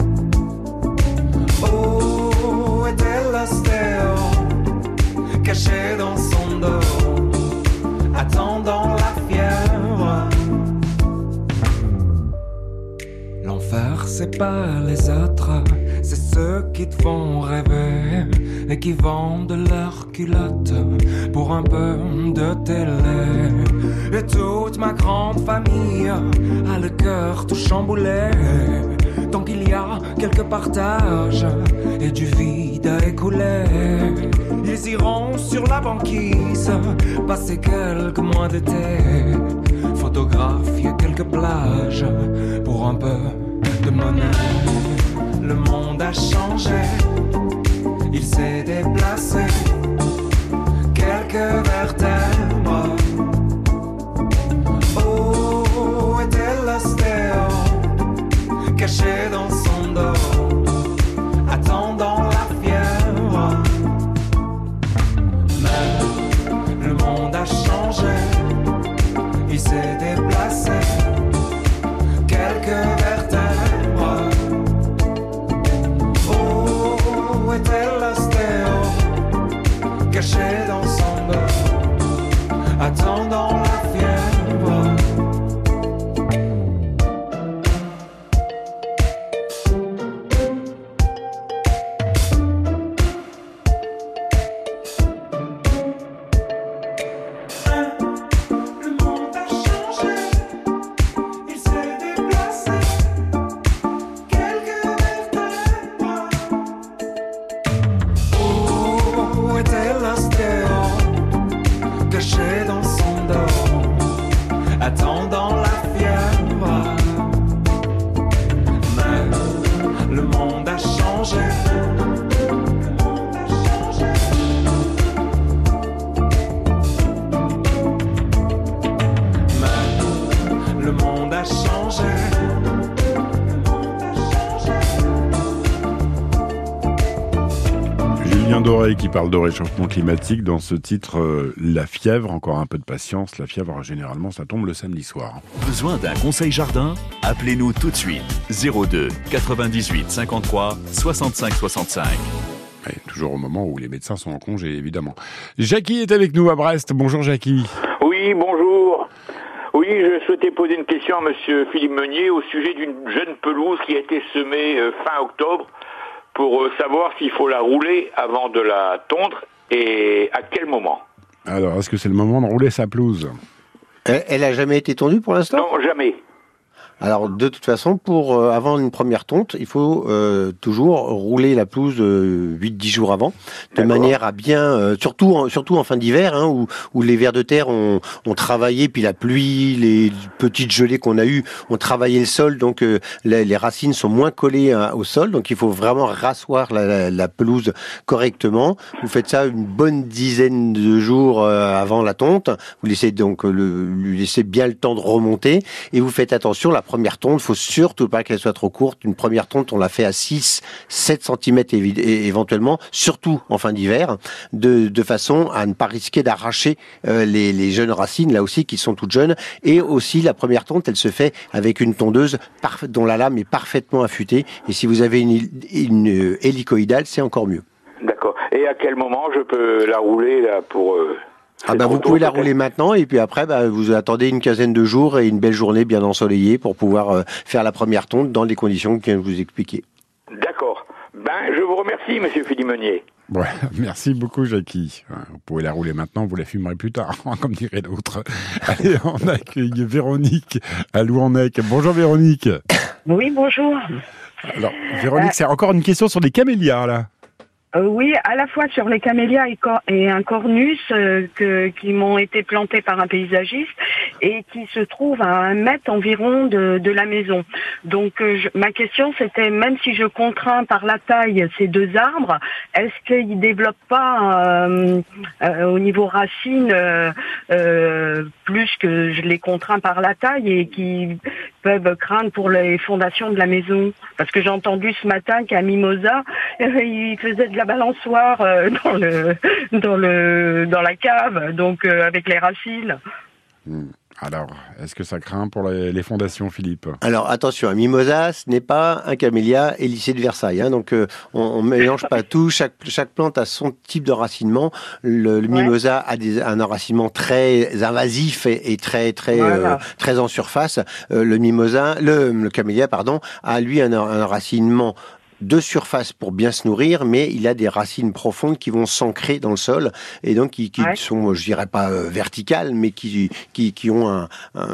Où était l'ostéo, caché dans son dos, attendant la fièvre. L'enfer, c'est pas les autres, c'est ceux qui te font rêver et qui vendent leurs culottes pour un peu de télé. Et toute ma grande famille a le cœur tout chamboulé. Tant qu'il y a quelques partages et du vide à écouler, ils iront sur la banquise passer quelques mois d'été, photographier quelques plages pour un peu de monnaie. Le monde a changé, il s'est déplacé, quelques vertèbres. Où était l'ostéo, caché dans son dos, attendant la fièvre. Mais le monde a changé, il s'est déplacé, quelques vertèbres. Où était l'ostéo, caché dans son dos, attendant la fièvre. Attendant la fièvre. Mais le monde a changé. Mais le monde a changé. Julien Doré qui parle de réchauffement climatique dans ce titre La fièvre, encore un peu de patience. La fièvre, généralement, ça tombe le samedi soir. Besoin d'un conseil jardin? Appelez-nous tout de suite. 02 98 53 65 65. Et toujours au moment où les médecins sont en congé, évidemment. Jackie est avec nous à Brest. Bonjour Jackie. Oui, bonjour. Oui, je souhaitais poser une question à monsieur Philippe Meunier au sujet d'une jeune pelouse qui a été semée fin octobre, pour savoir s'il faut la rouler avant de la tondre et à quel moment. Alors, est-ce que c'est le moment de rouler sa pelouse? Elle a jamais été tondue pour l'instant? Non, jamais. Alors, de toute façon, pour avant une première tonte, il faut toujours rouler la pelouse 8-10 jours avant, de manière à bien, surtout en fin d'hiver, hein, où les vers de terre ont travaillé, puis la pluie, les petites gelées qu'on a eues ont travaillé le sol, donc les racines sont moins collées au sol, donc il faut vraiment rasseoir la pelouse correctement. Vous faites ça une bonne dizaine de jours avant la tonte, vous laissez donc lui laissez bien le temps de remonter, et vous faites attention, la première tonte, il faut surtout pas qu'elle soit trop courte. Une première tonte, on la fait à 6-7 cm éventuellement, surtout en fin d'hiver, de façon à ne pas risquer d'arracher les jeunes racines, là aussi, qui sont toutes jeunes. Et aussi, la première tonte, elle se fait avec une tondeuse dont la lame est parfaitement affûtée. Et si vous avez une hélicoïdale, c'est encore mieux. D'accord. Et à quel moment je peux la rouler là pour... vous pouvez la rouler maintenant et puis après vous attendez une quinzaine de jours et une belle journée bien ensoleillée pour pouvoir faire la première tonte dans les conditions que je viens de vous expliquer. D'accord. Je vous remercie, monsieur Philippe Meunier. Ouais, merci beaucoup, Jackie. Vous pouvez la rouler maintenant, vous la fumerez plus tard, comme dirait l'autre. Allez, on accueille Véronique à Louannec. Bonjour Véronique. Oui, bonjour. Alors, Véronique, c'est encore une question sur les camélias, là. Oui, à la fois sur les camélias et un cornus qui m'ont été plantés par un paysagiste et qui se trouvent à 1 mètre environ de la maison. Donc ma question c'était, même si je contrains par la taille ces 2 arbres, est-ce qu'ils développent pas au niveau racines plus que je les contrains par la taille et qui peuvent craindre pour les fondations de la maison? Parce que j'ai entendu ce matin qu'à Mimosa, il faisait de la balançoire dans la cave, donc avec les racines. Alors, est-ce que ça craint pour les fondations, Philippe? Alors attention, un mimosa, ce n'est pas un camélia Hélicée de Versailles. Hein, donc on mélange pas tout. Chaque plante a son type de racinement. Le mimosa a un enracinement très invasif et très en surface. Le camélia, a lui un enracinement de surface pour bien se nourrir, mais il a des racines profondes qui vont s'ancrer dans le sol et donc qui sont, je dirais pas verticales, mais qui ont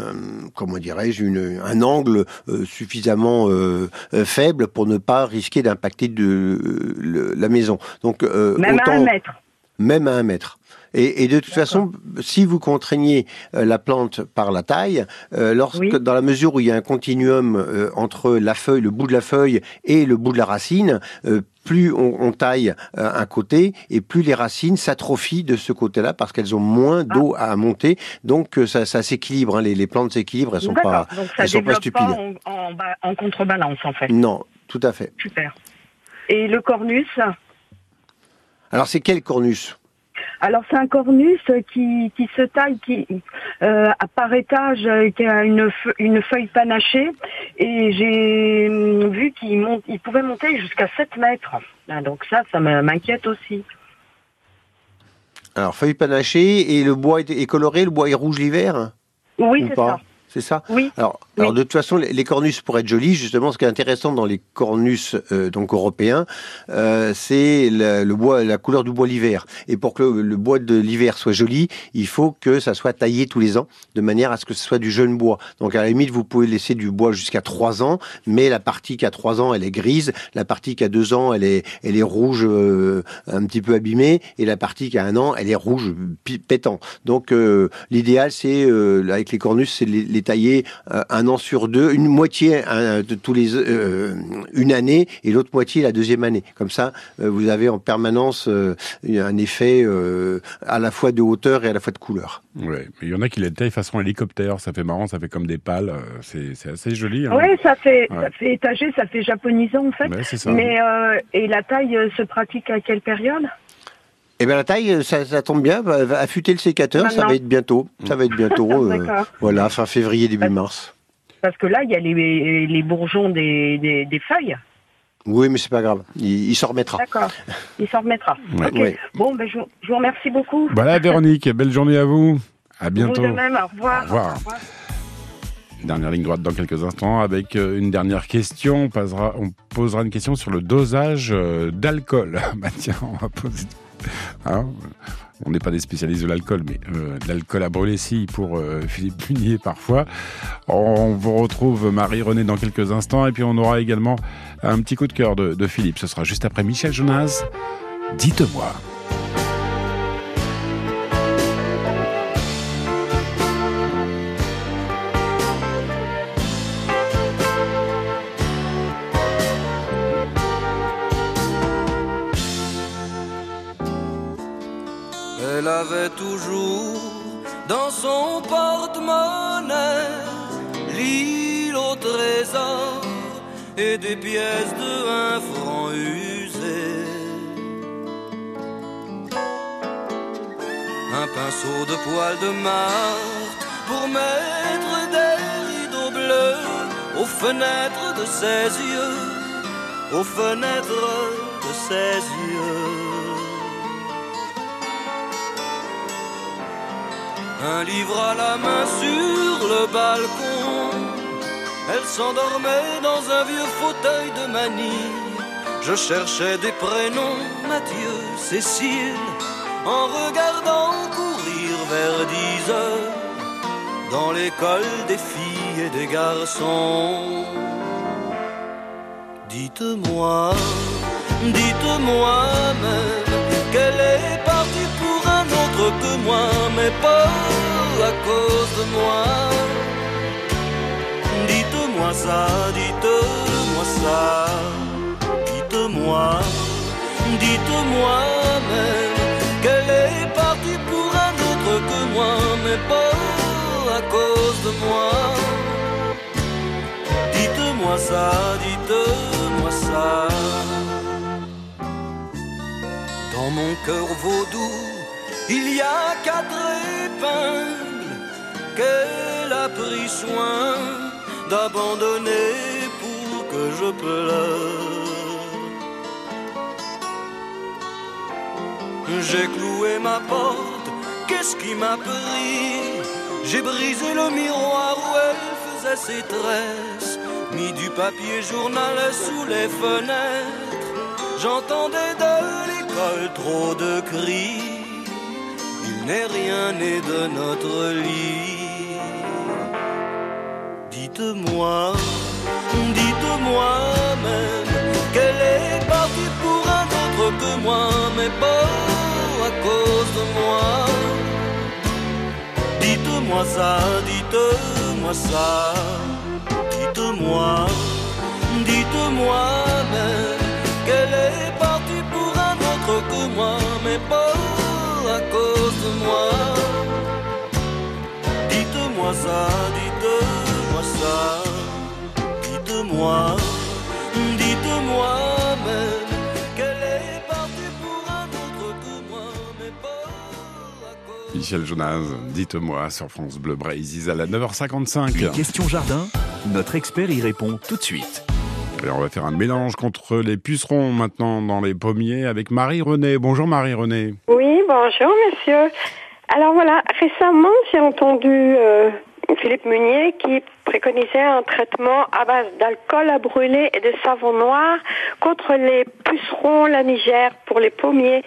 un angle suffisamment faible pour ne pas risquer d'impacter la maison. Donc même à 1 mètre. Même à 1 mètre. Et de toute façon, si vous contraignez la plante par la taille, dans la mesure où il y a un continuum entre la feuille, le bout de la feuille et le bout de la racine, plus on taille un côté et plus les racines s'atrophient de ce côté-là parce qu'elles ont moins d'eau à monter. Donc ça s'équilibre, hein, les plantes s'équilibrent, elles sont pas stupides. Pas en contrebalance en fait. Non, tout à fait. Super. Et le cornus? Alors c'est quel cornus? Alors c'est un cornus qui se taille par étage, qui a une feuille panachée, et j'ai vu qu'il pouvait monter jusqu'à 7 mètres. Donc ça m'inquiète aussi. Alors feuille panachée, et le bois est coloré, le bois est rouge l'hiver? Oui, c'est ça. C'est ça? Oui. Alors de toute façon, les cornus, pour être jolis, justement, ce qui est intéressant dans les cornus donc européens, c'est le bois, la couleur du bois l'hiver. Et pour que le bois de l'hiver soit joli, il faut que ça soit taillé tous les ans, de manière à ce que ce soit du jeune bois. Donc à la limite, vous pouvez laisser du bois jusqu'à 3 ans, mais la partie qui a 3 ans, elle est grise. La partie qui a 2 ans, elle est rouge, un petit peu abîmée, et la partie qui a 1 an, elle est rouge pétant. Donc l'idéal, c'est avec les cornus, c'est les tailler 1 an sur 2, une moitié de tous les une année et l'autre moitié la 2e année. Comme ça, vous avez en permanence un effet à la fois de hauteur et à la fois de couleur. Ouais, mais il y en a qui les taillent façon hélicoptère, ça fait marrant, ça fait comme des pales, c'est assez joli. Hein. Oui, ça fait étagé, ça fait japonisant en fait. Ouais, c'est ça. Mais et la taille se pratique à quelle période? Eh bien la taille, ça tombe bien, affûter le sécateur, Maintenant. ça va être bientôt. Voilà, fin février, début mars. Parce que là, il y a les bourgeons des feuilles. Oui, mais c'est pas grave, il s'en remettra. D'accord, il s'en remettra. Ouais. Ok. Ouais. Bon, je vous remercie beaucoup. Voilà Véronique, belle journée à vous. À bientôt. Vous de même, au revoir. Au revoir. Dernière ligne droite dans quelques instants avec une dernière question. On posera une question sur le dosage d'alcool. Bah tiens, on va poser... Hein, on n'est pas des spécialistes de l'alcool, mais de l'alcool à brûler, si, pour Philippe Munier parfois. On vous retrouve Marie-Renée dans quelques instants, et puis on aura également un petit coup de cœur de Philippe. Ce sera juste après Michel Jonas. Dites-moi. Elle avait toujours dans son porte-monnaie l'île au trésor et des pièces de 1 franc usées. Un pinceau de poil de martre pour mettre des rideaux bleus aux fenêtres de ses yeux, aux fenêtres de ses yeux. Un livre à la main sur le balcon, elle s'endormait dans un vieux fauteuil de manille. Je cherchais des prénoms, Mathieu, Cécile, en regardant courir vers 10 heures dans l'école des filles et des garçons. Dites-moi, Dites-moi même qu'elle est partie pour un autre que moi, mais pas à cause de moi. Dites-moi ça, dites-moi ça. Dites-moi, dites-moi même qu'elle est partie pour un autre que moi, mais pas à cause de moi. Dites-moi ça, dites-moi ça. Dans mon cœur vaudou, il y a 4 épingles qu'elle a pris soin d'abandonner pour que je pleure. J'ai cloué ma porte, qu'est-ce qui m'a pris? J'ai brisé le miroir où elle faisait ses tresses, mis du papier journal sous les fenêtres. J'entendais de l'école trop de cris, il n'est rien né de notre lit. Dites-moi, dites-moi même qu'elle est partie pour un autre que moi, mais pas à cause de moi. Dites-moi ça, dites-moi ça. Dites-moi, dites-moi même qu'elle est partie pour un autre que moi, mais pas à cause de moi. Dites-moi ça, dites-moi ça. Dites-moi, dites-moi même qu'elle est partie pour un autre que moi, mais pas à cause. Michel Jonas, dites-moi sur France Bleu Brésil à la 9h55. Les questions jardin, notre expert y répond tout de suite. Et on va faire un mélange contre les pucerons maintenant dans les pommiers avec Marie-Renée. Bonjour Marie-Renée. Oui, bonjour monsieur. Alors voilà, récemment j'ai entendu Philippe Meunier qui préconisait un traitement à base d'alcool à brûler et de savon noir contre les pucerons lanigères pour les pommiers.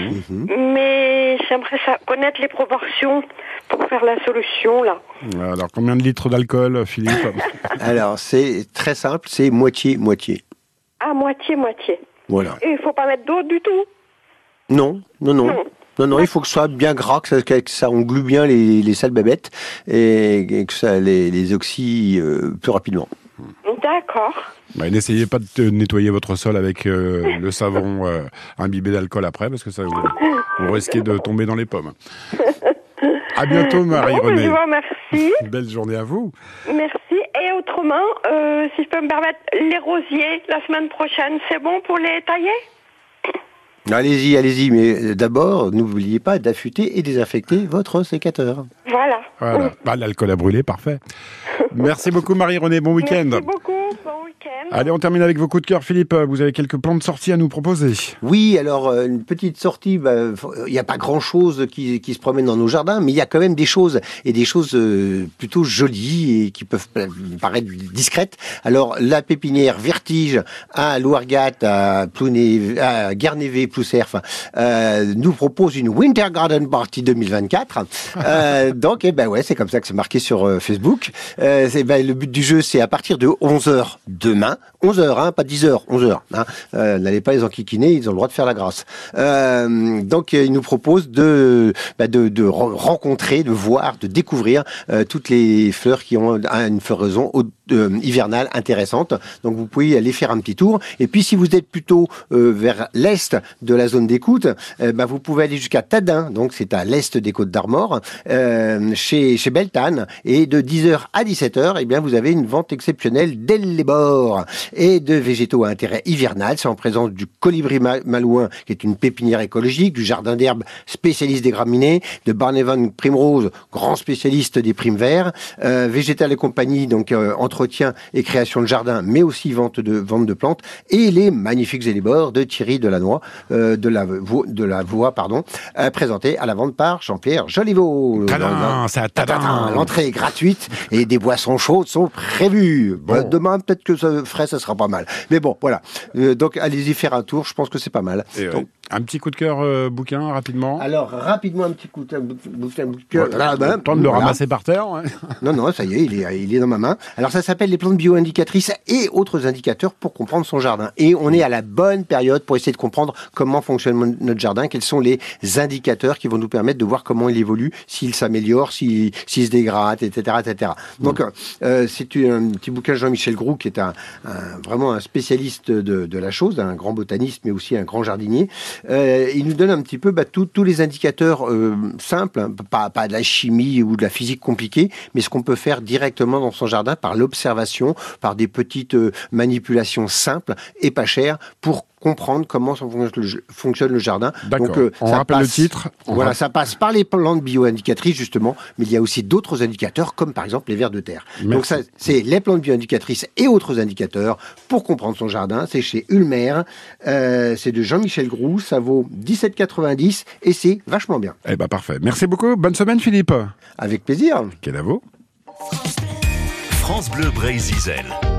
Mais j'aimerais connaître les proportions pour faire la solution là. Alors combien de litres d'alcool, Philippe? Alors c'est très simple, c'est moitié-moitié. Ah, moitié-moitié. Voilà. Et il ne faut pas mettre d'eau du tout? Non, il faut que ce soit bien gras, que ça englue bien les sales bébêtes et que ça les oxy plus rapidement. D'accord. N'essayez pas de nettoyer votre sol avec le savon imbibé d'alcool après, parce que ça vous risquez de tomber dans les pommes. À bientôt Marie-Renée. Je vous remercie. Belle journée à vous. Merci. Et autrement, si je peux me permettre, les rosiers, la semaine prochaine, c'est bon pour les tailler? Allez-y, mais d'abord, n'oubliez pas d'affûter et désinfecter votre sécateur. Voilà. Bah, l'alcool à brûler, parfait. Merci beaucoup Marie-Renée, bon week-end. Merci beaucoup, bon week-end. Allez, on termine avec vos coups de cœur. Philippe, vous avez quelques plans de sortie à nous proposer. Oui, alors une petite sortie, il n'y a pas grand-chose qui se promène dans nos jardins, mais il y a quand même des choses, et des choses plutôt jolies et qui peuvent paraître discrètes. Alors, la pépinière Vertige à Louargat, à Guernévé, Plousserf, nous propose une Winter Garden Party 2024. Donc, c'est comme ça que c'est marqué sur Facebook. Le but du jeu, c'est à partir de 11h demain. 11h, pas 10h, 11h. N'allez pas les enquiquiner, ils ont le droit de faire la grâce. Donc, ils nous proposent de rencontrer, de voir, de découvrir toutes les fleurs qui ont une floraison hivernale intéressante. Donc, vous pouvez aller faire un petit tour. Et puis, si vous êtes plutôt vers l'est de la zone d'écoute, vous pouvez aller jusqu'à Tadin. Donc, c'est à l'est des Côtes d'Armor, chez Beltane. Et de 10h à 17h, vous avez une vente exceptionnelle d'ellébores et de végétaux à intérêt hivernal. C'est en présence du colibri malouin, qui est une pépinière écologique, du jardin d'herbes spécialiste des graminées, de Barnevan Primrose, grand spécialiste des primes verts, Végétal et compagnie, donc entretien et création de jardin, mais aussi vente de plantes, et les magnifiques élébores de Thierry Delannoy, de la Voie, présentés à la vente par Jean-Pierre Joliveau. L'entrée est gratuite et des boissons chaudes sont prévues. Bon. Demain, peut-être que ça sera pas mal. Mais bon, voilà. Donc, allez-y faire un tour. Je pense que c'est pas mal. Et donc, Un petit coup de cœur bouquin, rapidement. Alors, rapidement, un petit coup de cœur. Ouais, temps de le ramasser par terre. Ouais. Non, ça y est, il est dans ma main. Alors, ça s'appelle les plantes bio-indicatrices et autres indicateurs pour comprendre son jardin. Et on est à la bonne période pour essayer de comprendre comment fonctionne notre jardin, quels sont les indicateurs qui vont nous permettre de voir comment il évolue, s'il s'améliore, s'il se dégrade, etc., etc. Donc, c'est un petit bouquin de Jean-Michel Groux, qui est vraiment un spécialiste de la chose, un grand botaniste, mais aussi un grand jardinier. Il nous donne un petit peu tous les indicateurs simples, hein, pas de la chimie ou de la physique compliquée, mais ce qu'on peut faire directement dans son jardin par l'observation, par des petites manipulations simples et pas chères pour comprendre comment fonctionne le jardin. D'accord. Donc, on rappelle le titre. Voilà, ça passe par les plantes bio-indicatrices, justement, mais il y a aussi d'autres indicateurs, comme par exemple les vers de terre. Merci. Donc, ça, c'est les plantes bio-indicatrices et autres indicateurs pour comprendre son jardin. C'est chez Ulmer. C'est de Jean-Michel Groux. Ça vaut 17,90 et c'est vachement bien. Eh ben, parfait. Merci beaucoup. Bonne semaine, Philippe. Avec plaisir. Quel à vous. France Bleu Brésil.